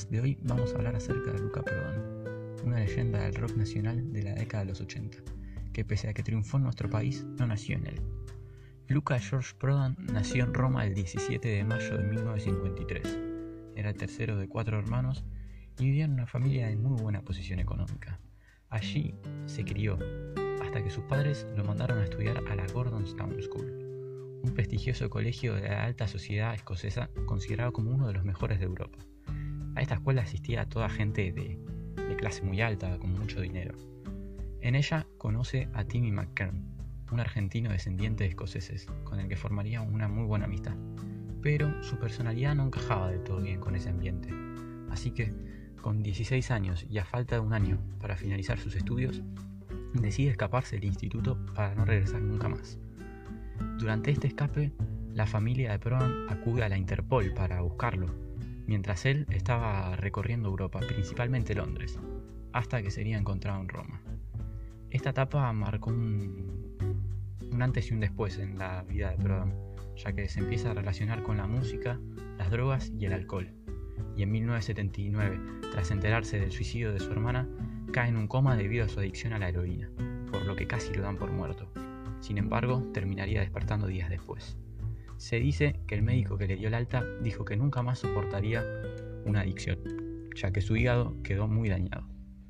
podcast de hoy vamos a hablar acerca de Luca Prodan, una leyenda del rock nacional de la década de los 80, que pese a que triunfó en nuestro país, no nació en él. Luca George Prodan nació en Roma el 17 de mayo de 1953. Era el tercero de 4 hermanos y vivía en una familia de muy buena posición económica. Allí se crió, hasta que sus padres lo mandaron a estudiar a la Gordonstoun School, un prestigioso colegio de la alta sociedad escocesa considerado como uno de los mejores de Europa. A esta escuela asistía toda gente de clase muy alta, con mucho dinero. En ella conoce a Timmy McKern, un argentino descendiente de escoceses, con el que formaría una muy buena amistad. Pero su personalidad no encajaba del todo bien con ese ambiente, así que, con 16 años y a falta de un año para finalizar sus estudios, decide escaparse del instituto para no regresar nunca más. Durante este escape, la familia de Prodan acude a la Interpol para buscarlo, mientras él estaba recorriendo Europa, principalmente Londres, hasta que sería encontrado en Roma. Esta etapa marcó un antes y un después en la vida de Prodan, ya que se empieza a relacionar con la música, las drogas y el alcohol. Y en 1979, tras enterarse del suicidio de su hermana, cae en un coma debido a su adicción a la heroína, por lo que casi lo dan por muerto. Sin embargo, terminaría despertando días después. Se dice que el médico que le dio el alta dijo que nunca más soportaría una adicción, ya que su hígado quedó muy dañado.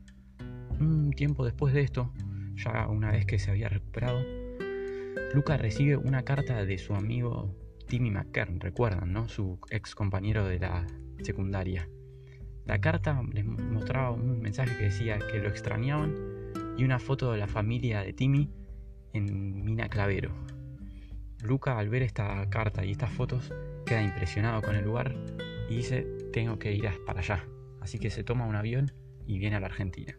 Un tiempo después de esto, ya una vez que se había recuperado, Luca recibe una carta de su amigo Timmy McKern, recuerdan, ¿no? Su ex compañero de la secundaria. La carta les mostraba un mensaje que decía que lo extrañaban y una foto de la familia de Timmy en Mina Clavero. Luca, al ver esta carta y estas fotos, queda impresionado con el lugar y dice: tengo que ir para allá. Así que se toma un avión y viene a la Argentina.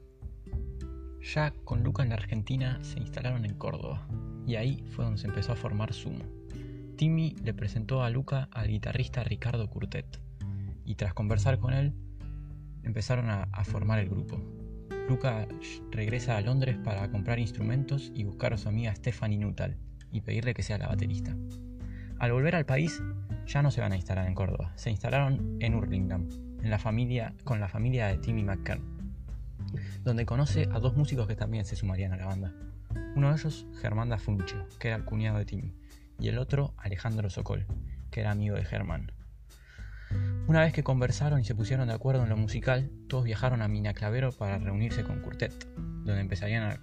Ya con Luca en la Argentina se instalaron en Córdoba y ahí fue donde se empezó a formar Sumo. Timmy le presentó a Luca al guitarrista Ricardo Curtet y tras conversar con él empezaron a formar el grupo. Luca regresa a Londres para comprar instrumentos y buscar a su amiga Stephanie Nuttall y pedirle que sea la baterista. Al volver al país, ya no se van a instalar en Córdoba, se instalaron en Hurlingham, con la familia de Timmy McKern, donde conoce a 2 músicos que también se sumarían a la banda. Uno de ellos, Germán da Funchio, que era el cuñado de Timmy, y el otro, Alejandro Sokol, que era amigo de Germán. Una vez que conversaron y se pusieron de acuerdo en lo musical, todos viajaron a Mina Clavero para reunirse con Curtet, donde empezarían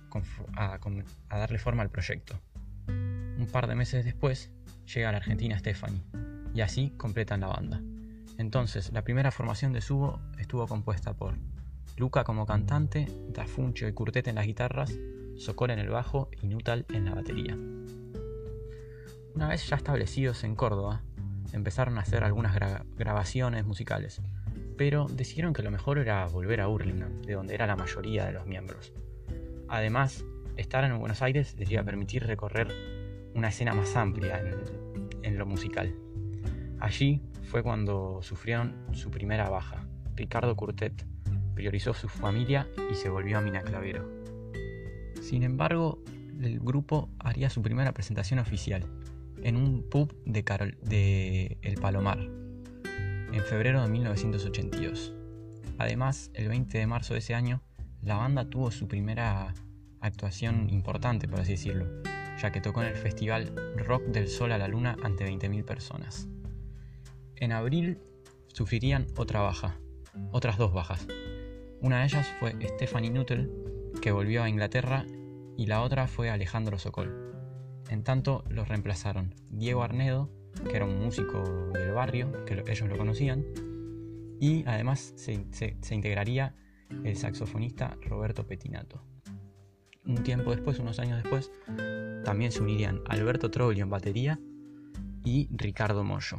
a darle forma al proyecto. Un par de meses después, llega a la Argentina Stephanie, y así completan la banda. Entonces, la primera formación de Sumo estuvo compuesta por Luca como cantante, Da Funchio y Curtet en las guitarras, Sokol en el bajo y Nuttall en la batería. Una vez ya establecidos en Córdoba, empezaron a hacer algunas grabaciones musicales, pero decidieron que lo mejor era volver a Hurlingham, de donde era la mayoría de los miembros. Además, estar en Buenos Aires les iba a permitir recorrer una escena más amplia en lo musical. Allí fue cuando sufrieron su primera baja. Ricardo Curtet priorizó su familia y se volvió a Mina Clavero. Sin embargo, el grupo haría su primera presentación oficial en un pub de El Palomar, en febrero de 1982. Además, el 20 de marzo de ese año, la banda tuvo su primera actuación importante, por así decirlo, ya que tocó en el festival Rock del Sol a la Luna ante 20.000 personas. En abril sufrirían otras 2 bajas. Una de ellas fue Stephanie Nuttall, que volvió a Inglaterra, y la otra fue Alejandro Sokol. En tanto, los reemplazaron Diego Arnedo, que era un músico del barrio, que ellos lo conocían, y además se integraría el saxofonista Roberto Pettinato. Un tiempo después, unos años después, también se unirían Alberto Troglio en batería y Ricardo Mollo.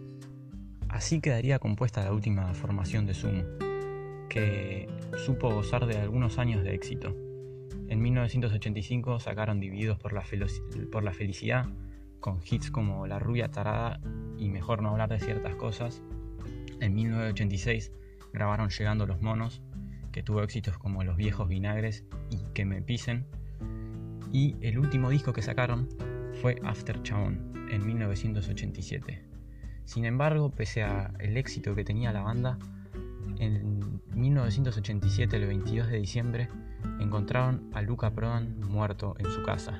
Así quedaría compuesta la última formación de Sumo, que supo gozar de algunos años de éxito. En 1985 sacaron Divididos por la Felicidad, con hits como La Rubia Tarada y Mejor no hablar de ciertas cosas. En 1986 grabaron Llegando los Monos, que tuvo éxitos como Los Viejos Vinagres y Que me pisen. Y el último disco que sacaron fue After Chabón, en 1987. Sin embargo, pese al éxito que tenía la banda, En 1987, el 22 de diciembre, encontraron a Luca Prodan muerto en su casa.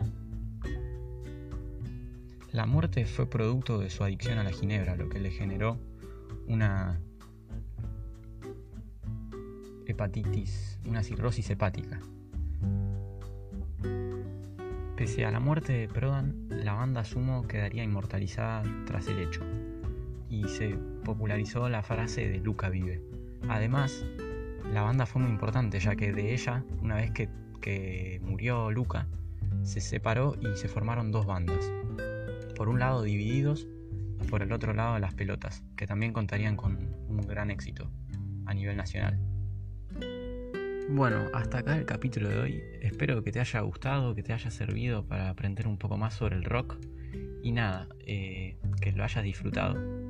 La muerte fue producto de su adicción a la ginebra, lo que le generó una cirrosis hepática. Pese a la muerte de Prodan, la banda Sumo quedaría inmortalizada tras el hecho, y se popularizó la frase de Luca vive. Además, la banda fue muy importante, ya que de ella, una vez que murió Luca, se separó y se formaron dos bandas. Por un lado Divididos y por el otro lado Las Pelotas, que también contarían con un gran éxito a nivel nacional. Bueno, hasta acá el capítulo de hoy. Espero que te haya gustado, que te haya servido para aprender un poco más sobre el rock. Y nada, que lo hayas disfrutado.